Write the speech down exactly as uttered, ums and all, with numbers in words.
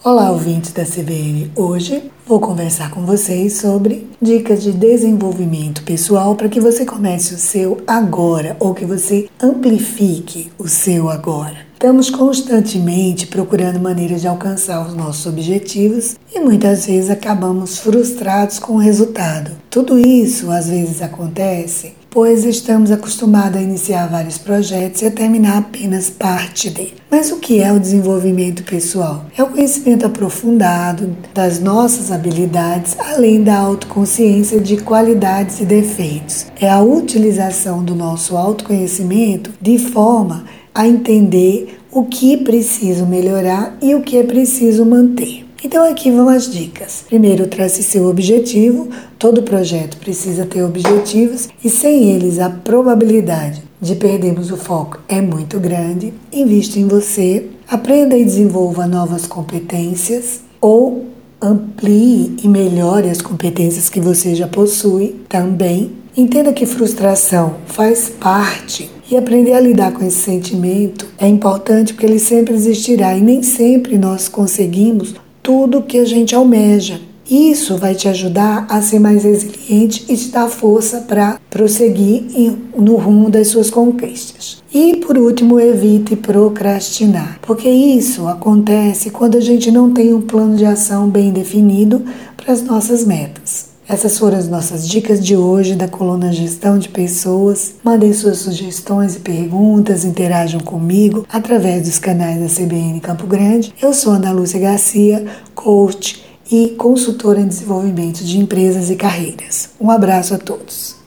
Olá, ouvintes da C B N. Hoje vou conversar com vocês sobre dicas de desenvolvimento pessoal para que você comece o seu agora ou que você amplifique o seu agora. Estamos constantemente procurando maneiras de alcançar os nossos objetivos e muitas vezes acabamos frustrados com o resultado. Tudo isso às vezes acontece pois estamos acostumados a iniciar vários projetos e a terminar apenas parte dele. Mas o que é o desenvolvimento pessoal? É o conhecimento aprofundado das nossas habilidades, além da autoconsciência de qualidades e defeitos. É a utilização do nosso autoconhecimento de forma a entender o que preciso melhorar e o que é preciso manter. Então aqui vão as dicas. Primeiro, trace seu objetivo. Todo projeto precisa ter objetivos e sem eles a probabilidade de perdermos o foco é muito grande. Invista em você, aprenda e desenvolva novas competências ou amplie e melhore as competências que você já possui também. Entenda que frustração faz parte e aprender a lidar com esse sentimento é importante porque ele sempre existirá e nem sempre nós conseguimos tudo o que a gente almeja. Isso vai te ajudar a ser mais resiliente e te dar força para prosseguir no rumo das suas conquistas. E por último, evite procrastinar, porque isso acontece quando a gente não tem um plano de ação bem definido para as nossas metas. Essas foram as nossas dicas de hoje da coluna Gestão de Pessoas. Mandem suas sugestões e perguntas, interajam comigo através dos canais da C B N Campo Grande. Eu sou Ana Lúcia Garcia, coach e consultora em desenvolvimento de empresas e carreiras. Um abraço a todos.